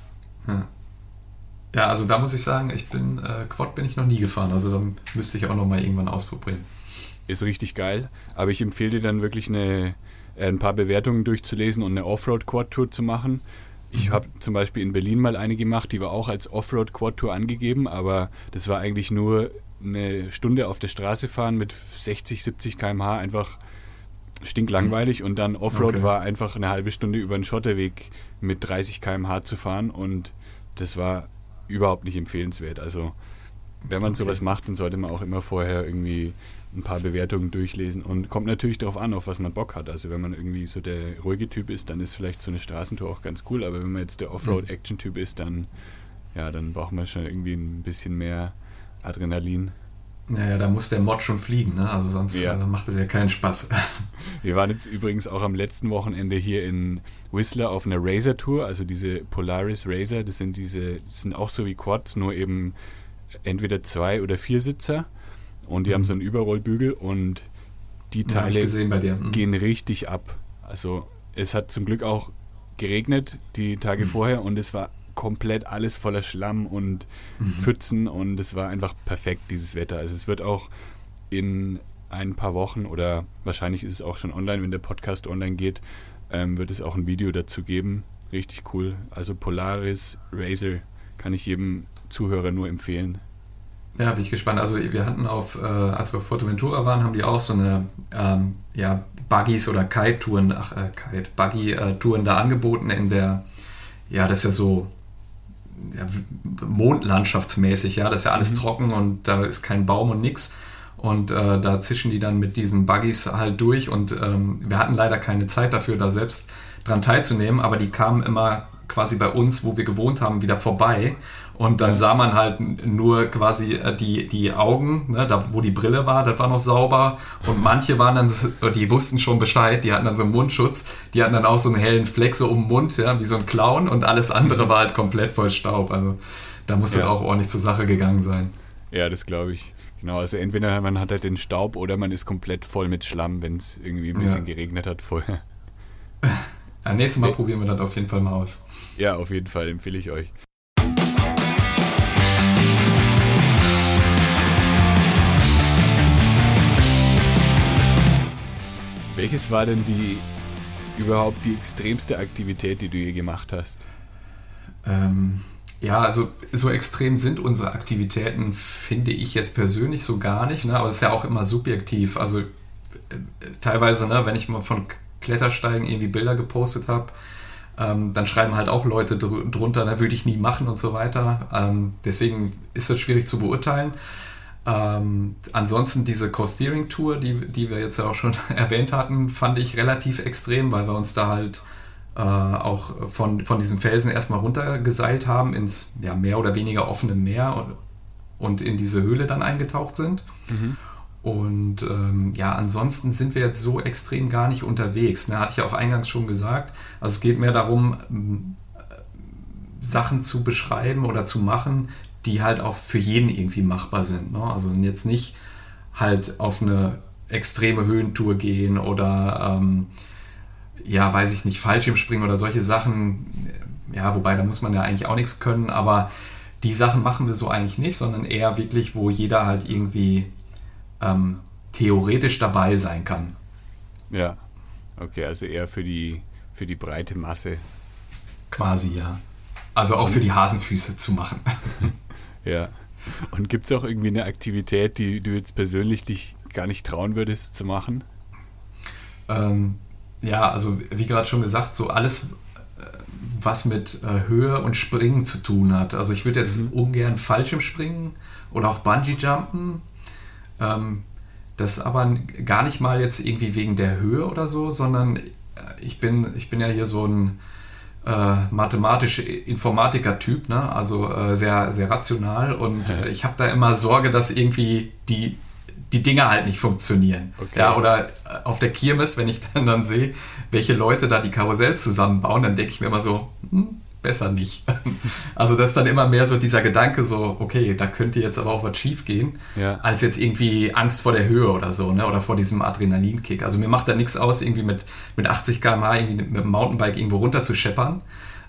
Ja, also da muss ich sagen, Quad bin ich noch nie gefahren, also da müsste ich auch noch mal irgendwann ausprobieren. Ist richtig geil, aber ich empfehle dir dann wirklich ein paar Bewertungen durchzulesen und eine Offroad-Quad-Tour zu machen. Ich habe zum Beispiel in Berlin mal eine gemacht, die war auch als Offroad-Quad-Tour angegeben, aber das war eigentlich nur eine Stunde auf der Straße fahren mit 60, 70 km/h, einfach stinklangweilig, und dann Offroad war einfach eine halbe Stunde über einen Schotterweg mit 30 km/h zu fahren und das war überhaupt nicht empfehlenswert. Also wenn man sowas macht, dann sollte man auch immer vorher irgendwie ein paar Bewertungen durchlesen und kommt natürlich darauf an, auf was man Bock hat. Also wenn man irgendwie so der ruhige Typ ist, dann ist vielleicht so eine Straßentour auch ganz cool, aber wenn man jetzt der Offroad-Action-Typ ist, dann braucht man schon irgendwie ein bisschen mehr Adrenalin. Naja, da muss der Mod schon fliegen, ne? Also sonst macht er ja keinen Spaß. Wir waren jetzt übrigens auch am letzten Wochenende hier in Whistler auf einer Racer-Tour, also diese Polaris Racer, das sind auch so wie Quads, nur eben entweder 2- oder 4-Sitzer und die haben so einen Überrollbügel und die Teile gehen richtig ab. Also es hat zum Glück auch geregnet die Tage vorher und es war komplett alles voller Schlamm und Pfützen und es war einfach perfekt, dieses Wetter. Also es wird auch in ein paar Wochen oder wahrscheinlich ist es auch schon online, wenn der Podcast online geht, wird es auch ein Video dazu geben. Richtig cool. Also Polaris Racer kann ich jedem Zuhörer nur empfehlen. Ja, bin ich gespannt. Also wir hatten als wir auf Fuerteventura waren, haben die auch so eine Buggies oder Kite-Touren, Buggy-Touren da angeboten in der, das ist ja so mondlandschaftsmäßig, ja, das ist ja alles trocken und da ist kein Baum und nix. Und da zischen die dann mit diesen Buggies halt durch und wir hatten leider keine Zeit dafür, da selbst dran teilzunehmen, aber die kamen immer quasi bei uns, wo wir gewohnt haben, wieder vorbei und dann sah man halt nur quasi die Augen, ne, da wo die Brille war, das war noch sauber und manche waren dann, die wussten schon Bescheid, die hatten dann so einen Mundschutz, die hatten dann auch so einen hellen Fleck so um den Mund, ja, wie so ein Clown und alles andere war halt komplett voll Staub, also da muss das auch ordentlich zur Sache gegangen sein. Ja, das glaube ich. Genau, also entweder man hat halt den Staub oder man ist komplett voll mit Schlamm, wenn es irgendwie ein bisschen geregnet hat vorher. Ja, nächstes Mal probieren wir das auf jeden Fall mal aus. Ja, auf jeden Fall empfehle ich euch. Welches war denn überhaupt die extremste Aktivität, die du je gemacht hast? Also so extrem sind unsere Aktivitäten, finde ich jetzt persönlich so gar nicht, ne? Aber es ist ja auch immer subjektiv. Also teilweise, ne, wenn ich mal von Klettersteigen irgendwie Bilder gepostet habe, dann schreiben halt auch Leute drunter, ne, würde ich nie machen und so weiter. Deswegen ist das schwierig zu beurteilen. Ansonsten diese Co-Steering-Tour, die wir jetzt ja auch schon erwähnt hatten, fand ich relativ extrem, weil wir uns da halt auch von diesem Felsen erstmal runtergeseilt haben ins mehr oder weniger offene Meer und in diese Höhle dann eingetaucht sind. Und ansonsten sind wir jetzt so extrem gar nicht unterwegs. Ne? Hatte ich ja auch eingangs schon gesagt. Also es geht mehr darum, Sachen zu beschreiben oder zu machen, die halt auch für jeden irgendwie machbar sind. Ne? Also jetzt nicht halt auf eine extreme Höhentour gehen oder weiß ich nicht, Fallschirmspringen oder solche Sachen. Ja, wobei da muss man ja eigentlich auch nichts können, aber die Sachen machen wir so eigentlich nicht, sondern eher wirklich, wo jeder halt irgendwie theoretisch dabei sein kann. Ja, okay, also eher für die breite Masse. Quasi, ja. Also auch für die Hasenfüße zu machen. Ja. Und gibt es auch irgendwie eine Aktivität, die du jetzt persönlich dich gar nicht trauen würdest zu machen? Also wie gerade schon gesagt, so alles, was mit Höhe und Springen zu tun hat. Also ich würde jetzt ungern Fallschirmspringen oder auch Bungee-Jumpen. Das aber gar nicht mal jetzt irgendwie wegen der Höhe oder so, sondern ich bin ja hier so ein mathematischer Informatiker-Typ, ne? Also sehr, sehr rational und ich habe da immer Sorge, dass irgendwie die Dinge halt nicht funktionieren. Okay. Ja, oder auf der Kirmes, wenn ich dann sehe, welche Leute da die Karussells zusammenbauen, dann denke ich mir immer so, besser nicht. Also das ist dann immer mehr so dieser Gedanke so, okay, da könnte jetzt aber auch was schief gehen, als jetzt irgendwie Angst vor der Höhe oder so, ne? Oder vor diesem Adrenalinkick. Also mir macht da nichts aus, irgendwie mit 80 km/h irgendwie mit dem Mountainbike irgendwo runter zu scheppern.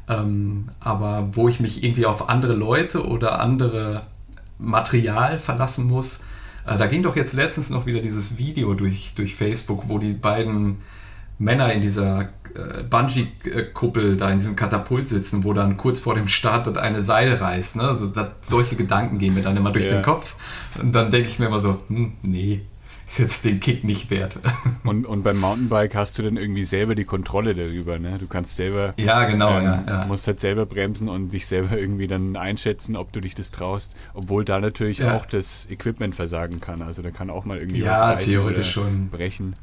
Aber wo ich mich irgendwie auf andere Leute oder andere Material verlassen muss, da ging doch jetzt letztens noch wieder dieses Video durch Facebook, wo die beiden Männer in dieser Bungee-Kuppel da in diesem Katapult sitzen, wo dann kurz vor dem Start das eine Seil reißt. Ne? Also solche Gedanken gehen mir dann immer durch den Kopf. Und dann denke ich mir immer so, nee, ist jetzt den Kick nicht wert. Und beim Mountainbike hast du dann irgendwie selber die Kontrolle darüber. Ne? Du kannst selber, musst halt selber bremsen und dich selber irgendwie dann einschätzen, ob du dich das traust. Obwohl da natürlich auch das Equipment versagen kann. Also da kann auch mal irgendwie was reißen theoretisch oder schon brechen.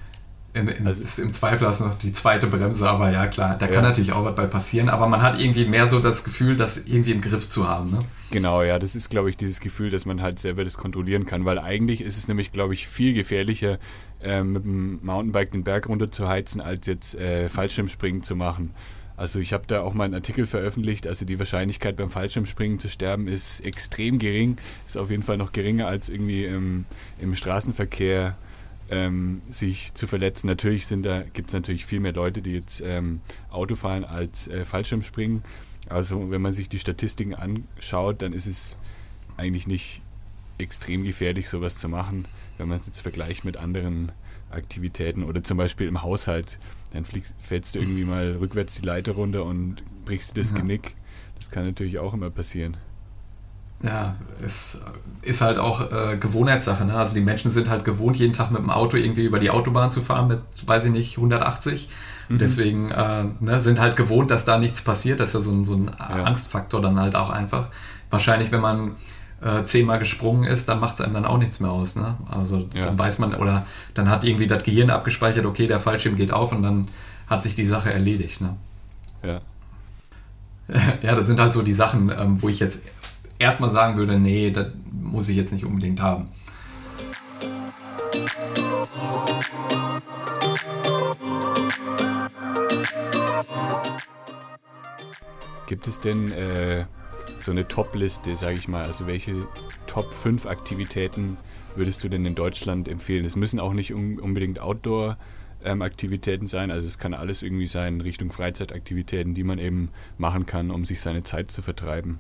Im Zweifel hast du noch die zweite Bremse, aber ja klar, da kann natürlich auch was bei passieren, aber man hat irgendwie mehr so das Gefühl, das irgendwie im Griff zu haben. Ne? Genau, ja, das ist, glaube ich, dieses Gefühl, dass man halt selber das kontrollieren kann, weil eigentlich ist es nämlich, glaube ich, viel gefährlicher, mit dem Mountainbike den Berg runter zu heizen, als jetzt Fallschirmspringen zu machen. Also ich habe da auch mal einen Artikel veröffentlicht, also die Wahrscheinlichkeit beim Fallschirmspringen zu sterben ist extrem gering, ist auf jeden Fall noch geringer als irgendwie im Straßenverkehr sich zu verletzen. Natürlich gibt es natürlich viel mehr Leute, die jetzt Auto fahren als Fallschirmspringen. Also wenn man sich die Statistiken anschaut, dann ist es eigentlich nicht extrem gefährlich, sowas zu machen, wenn man es jetzt vergleicht mit anderen Aktivitäten oder zum Beispiel im Haushalt. Dann fällst du irgendwie mal rückwärts die Leiter runter und brichst dir das Genick. Das kann natürlich auch immer passieren. Ja, es ist halt auch Gewohnheitssache. Ne? Also die Menschen sind halt gewohnt, jeden Tag mit dem Auto irgendwie über die Autobahn zu fahren mit, weiß ich nicht, 180. Deswegen sind halt gewohnt, dass da nichts passiert. Das ist ja so ein Angstfaktor dann halt auch einfach. Wahrscheinlich, wenn man 10-mal gesprungen ist, dann macht es einem dann auch nichts mehr aus. Ne? Also dann weiß man, oder dann hat irgendwie das Gehirn abgespeichert, okay, der Fallschirm geht auf und dann hat sich die Sache erledigt. Ne? Ja. Ja, das sind halt so die Sachen, wo ich jetzt erstmal sagen würde, nee, das muss ich jetzt nicht unbedingt haben. Gibt es denn so eine Top-Liste, sage ich mal, also welche Top 5 Aktivitäten würdest du denn in Deutschland empfehlen? Es müssen auch nicht unbedingt Outdoor-Aktivitäten sein, also es kann alles irgendwie sein Richtung Freizeitaktivitäten, die man eben machen kann, um sich seine Zeit zu vertreiben.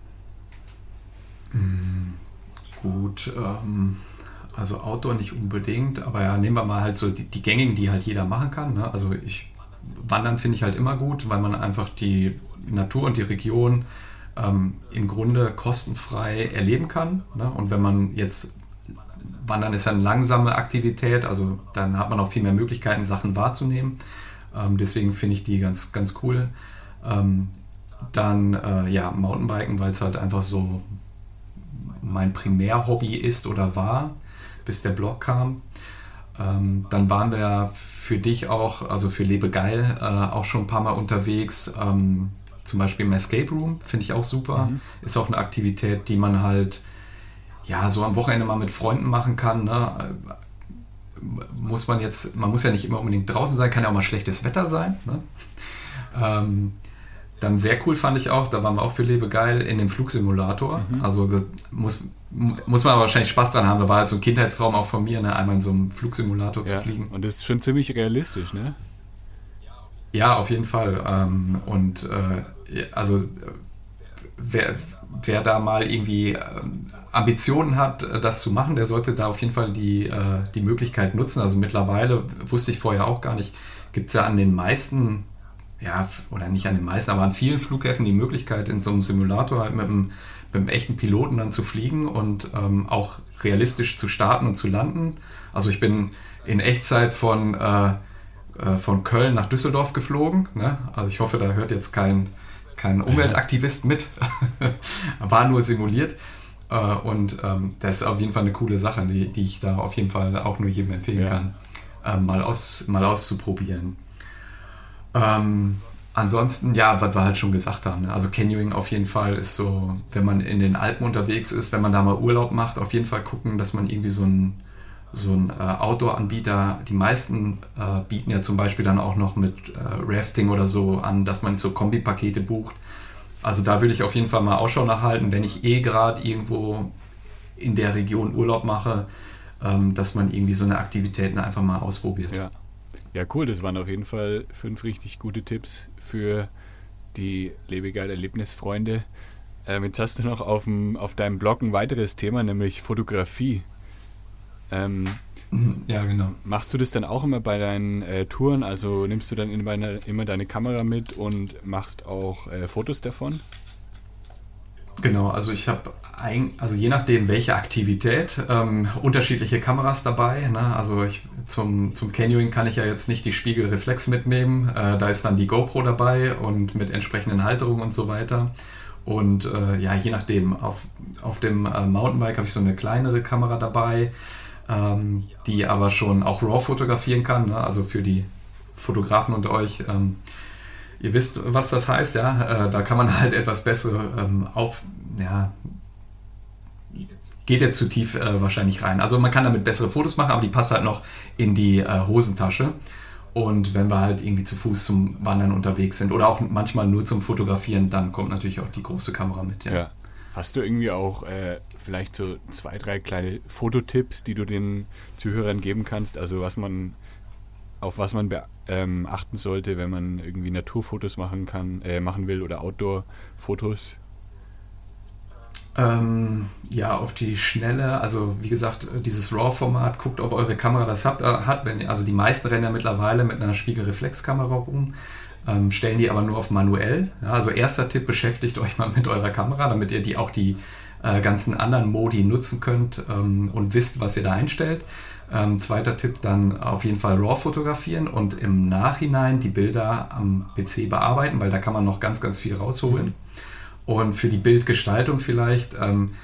Gut, also Outdoor nicht unbedingt, aber ja, nehmen wir mal halt so die gängigen, die halt jeder machen kann. Ne? Also Wandern finde ich halt immer gut, weil man einfach die Natur und die Region im Grunde kostenfrei erleben kann. Ne? Und wenn man jetzt, Wandern ist ja eine langsame Aktivität, also dann hat man auch viel mehr Möglichkeiten, Sachen wahrzunehmen. Deswegen finde ich die ganz, ganz cool. Dann Mountainbiken, weil es halt einfach so mein Primärhobby ist oder war, bis der Blog kam. Dann waren wir für dich auch, also für Lebe Geil, auch schon ein paar Mal unterwegs. Zum Beispiel im Escape Room, finde ich auch super. Ist auch eine Aktivität, die man halt ja, so am Wochenende mal mit Freunden machen kann. Ne? Man muss ja nicht immer unbedingt draußen sein, kann ja auch mal schlechtes Wetter sein. Ne? Dann sehr cool fand ich auch, da waren wir auch für Lebegeil in dem Flugsimulator. Also das muss man aber wahrscheinlich Spaß dran haben. Da war halt so ein Kindheitstraum auch von mir, ne? Einmal in so einem Flugsimulator zu fliegen. Und das ist schon ziemlich realistisch, ne? Ja, auf jeden Fall. Also wer da mal irgendwie Ambitionen hat, das zu machen, der sollte da auf jeden Fall die Möglichkeit nutzen. Also mittlerweile, wusste ich vorher auch gar nicht, gibt es ja an den meisten, ja, oder nicht an den meisten, aber an vielen Flughäfen die Möglichkeit, in so einem Simulator halt mit einem echten Piloten dann zu fliegen und auch realistisch zu starten und zu landen. Also ich bin in Echtzeit von Köln nach Düsseldorf geflogen. Ne? Also ich hoffe, da hört jetzt kein Umweltaktivist mit. War nur simuliert. Das ist auf jeden Fall eine coole Sache, die ich da auf jeden Fall auch nur jedem empfehlen kann, mal auszuprobieren. Ansonsten, ja, was wir halt schon gesagt haben. Ne? Also Canyoning auf jeden Fall ist so, wenn man in den Alpen unterwegs ist, wenn man da mal Urlaub macht, auf jeden Fall gucken, dass man irgendwie so ein Outdoor-Anbieter, die meisten bieten ja zum Beispiel dann auch noch mit Rafting oder so an, dass man so Kombipakete bucht. Also da würde ich auf jeden Fall mal Ausschau nachhalten, wenn ich gerade irgendwo in der Region Urlaub mache, dass man irgendwie so eine Aktivitäten einfach mal ausprobiert. Ja, cool, das waren auf jeden Fall 5 richtig gute Tipps für die Lebegeil-Erlebnisfreunde. Jetzt hast du noch auf deinem Blog ein weiteres Thema, nämlich Fotografie. Ja, genau. Machst du das dann auch immer bei deinen Touren? Also nimmst du dann immer deine Kamera mit und machst auch Fotos davon? Genau, also ich habe je nachdem welche Aktivität, unterschiedliche Kameras dabei. Ne? Also zum Canyoning kann ich ja jetzt nicht die Spiegelreflex mitnehmen. Da ist dann die GoPro dabei und mit entsprechenden Halterungen und so weiter. Und je nachdem, auf dem Mountainbike habe ich so eine kleinere Kamera dabei, die aber schon auch RAW fotografieren kann, ne? Also für die Fotografen unter euch, ihr wisst, was das heißt, ja, da kann man halt etwas bessere geht jetzt zu tief wahrscheinlich rein. Also man kann damit bessere Fotos machen, aber die passt halt noch in die Hosentasche. Und wenn wir halt irgendwie zu Fuß zum Wandern unterwegs sind oder auch manchmal nur zum Fotografieren, dann kommt natürlich auch die große Kamera mit. Ja. Hast du irgendwie auch vielleicht so 2, 3 kleine Fototipps, die du den Zuhörern geben kannst? Also auf was man achten sollte, wenn man irgendwie Naturfotos machen will oder Outdoor-Fotos? Auf die Schnelle, also wie gesagt, dieses RAW-Format, guckt, ob eure Kamera das hat. Also die meisten rennen ja mittlerweile mit einer Spiegelreflexkamera rum, stellen die aber nur auf manuell. Ja, also erster Tipp, beschäftigt euch mal mit eurer Kamera, damit ihr die ganzen anderen Modi nutzen könnt und wisst, was ihr da einstellt. Zweiter Tipp, dann auf jeden Fall RAW fotografieren und im Nachhinein die Bilder am PC bearbeiten, weil da kann man noch ganz, ganz viel rausholen. Und für die Bildgestaltung vielleicht,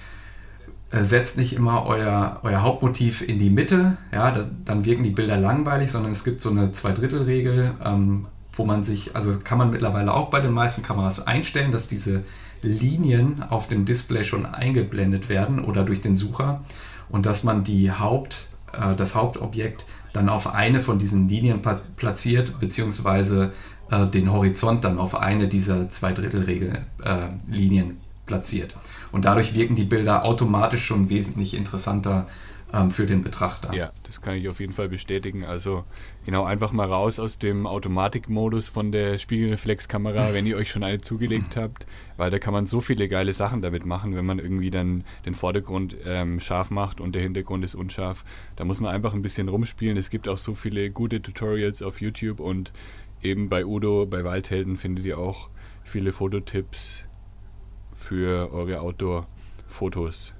setzt nicht immer euer Hauptmotiv in die Mitte, ja, dann wirken die Bilder langweilig, sondern es gibt so eine 2/3-Regel, wo man kann man mittlerweile auch bei den meisten Kameras einstellen, dass diese Linien auf dem Display schon eingeblendet werden oder durch den Sucher und dass man das Hauptobjekt dann auf eine von diesen Linien platziert, beziehungsweise den Horizont dann auf eine dieser 2/3-Regel Linien platziert. Und dadurch wirken die Bilder automatisch schon wesentlich interessanter für den Betrachter. Ja, das kann ich auf jeden Fall bestätigen. Also genau, einfach mal raus aus dem Automatikmodus von der Spiegelreflexkamera, wenn ihr euch schon eine zugelegt habt, weil da kann man so viele geile Sachen damit machen, wenn man irgendwie dann den Vordergrund scharf macht und der Hintergrund ist unscharf. Da muss man einfach ein bisschen rumspielen. Es gibt auch so viele gute Tutorials auf YouTube und eben bei Udo, bei Waldhelden findet ihr auch viele Fototipps für eure Outdoor-Fotos.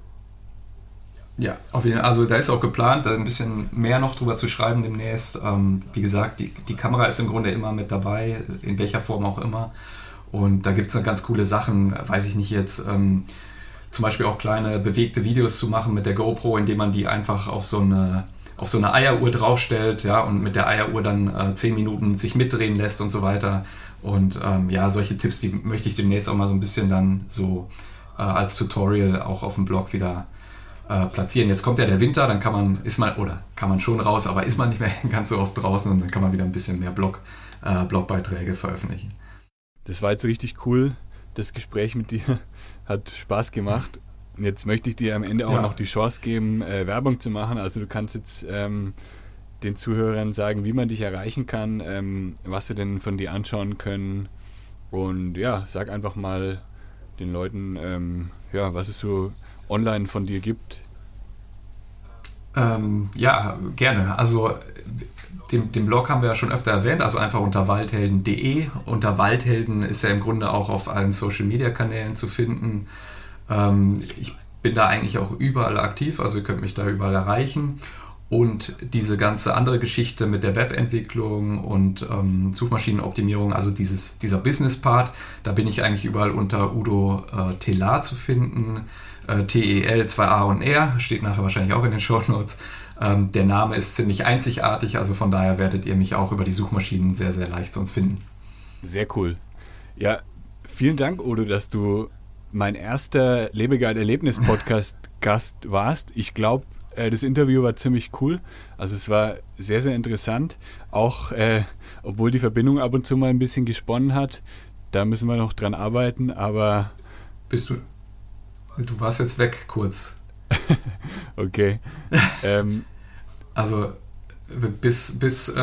Ja, auf jeden Fall. Also da ist auch geplant, da ein bisschen mehr noch drüber zu schreiben demnächst. Wie gesagt, die Kamera ist im Grunde immer mit dabei, in welcher Form auch immer. Und da gibt es ganz coole Sachen, weiß ich nicht jetzt, zum Beispiel auch kleine bewegte Videos zu machen mit der GoPro, indem man die einfach auf so eine Eieruhr draufstellt, ja, und mit der Eieruhr dann 10 Minuten sich mitdrehen lässt und so weiter. Und solche Tipps, die möchte ich demnächst auch mal so ein bisschen dann so als Tutorial auch auf dem Blog wieder platzieren. Jetzt kommt ja der Winter, dann kann man schon raus, aber ist man nicht mehr ganz so oft draußen und dann kann man wieder ein bisschen mehr Blogbeiträge veröffentlichen. Das war jetzt richtig cool. Das Gespräch mit dir hat Spaß gemacht. Jetzt möchte ich dir am Ende auch noch die Chance geben, Werbung zu machen. Also du kannst jetzt den Zuhörern sagen, wie man dich erreichen kann, was sie denn von dir anschauen können. Und ja, sag einfach mal den Leuten, was es so online von dir gibt. Ja, gerne. Also den Blog haben wir ja schon öfter erwähnt, also einfach unter waldhelden.de. Unter Waldhelden ist ja im Grunde auch auf allen Social-Media-Kanälen zu finden. Ich bin da eigentlich auch überall aktiv, also ihr könnt mich da überall erreichen. Und diese ganze andere Geschichte mit der Webentwicklung und Suchmaschinenoptimierung, also dieser Business-Part, da bin ich eigentlich überall unter Udo Telar zu finden. Tel, 2a und R, steht nachher wahrscheinlich auch in den Shownotes. Der Name ist ziemlich einzigartig, also von daher werdet ihr mich auch über die Suchmaschinen sehr, sehr leicht sonst finden. Sehr cool. Ja, vielen Dank, Udo, dass du mein erster Lebegeil-Erlebnis-Podcast-Gast warst. Ich glaube, das Interview war ziemlich cool. Also es war sehr, sehr interessant. Auch, obwohl die Verbindung ab und zu mal ein bisschen gesponnen hat. Da müssen wir noch dran arbeiten, aber... Du warst jetzt weg kurz. Okay. Also bis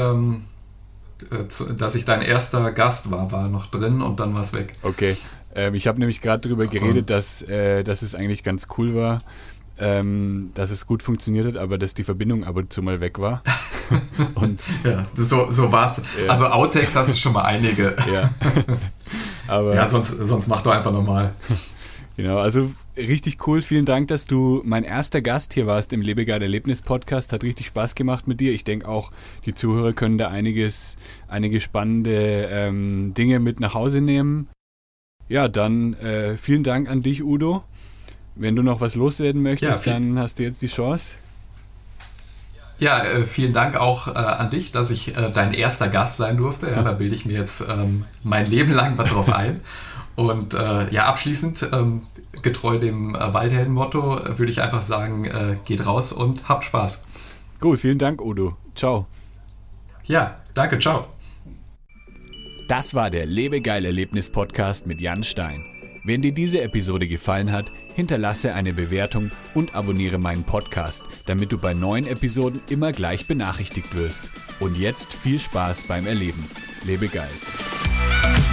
dass ich dein erster Gast war noch drin und dann war es weg. Okay. Ich habe nämlich gerade darüber geredet, dass es eigentlich ganz cool war, dass es gut funktioniert hat, aber dass die Verbindung ab und zu mal weg war. Und ja, so war es. Ja. Also Outtakes hast du schon mal einige. Ja. Aber ja, sonst mach doch einfach nochmal. Genau, also richtig cool. Vielen Dank, dass du mein erster Gast hier warst im Lebegeil Erlebnis Podcast. Hat richtig Spaß gemacht mit dir. Ich denke auch, die Zuhörer können da einige spannende Dinge mit nach Hause nehmen. Ja, dann vielen Dank an dich, Udo. Wenn du noch was loswerden möchtest, dann hast du jetzt die Chance. Ja, vielen Dank auch an dich, dass ich dein erster Gast sein durfte. Ja, da bilde ich mir jetzt mein Leben lang was drauf ein. Und abschließend, getreu dem Waldhelden-Motto, würde ich einfach sagen, geht raus und habt Spaß. Gut, vielen Dank, Udo. Ciao. Ja, danke, ciao. Das war der Lebegeil-Erlebnis-Podcast mit Jan Stein. Wenn dir diese Episode gefallen hat, hinterlasse eine Bewertung und abonniere meinen Podcast, damit du bei neuen Episoden immer gleich benachrichtigt wirst. Und jetzt viel Spaß beim Erleben. Lebe geil.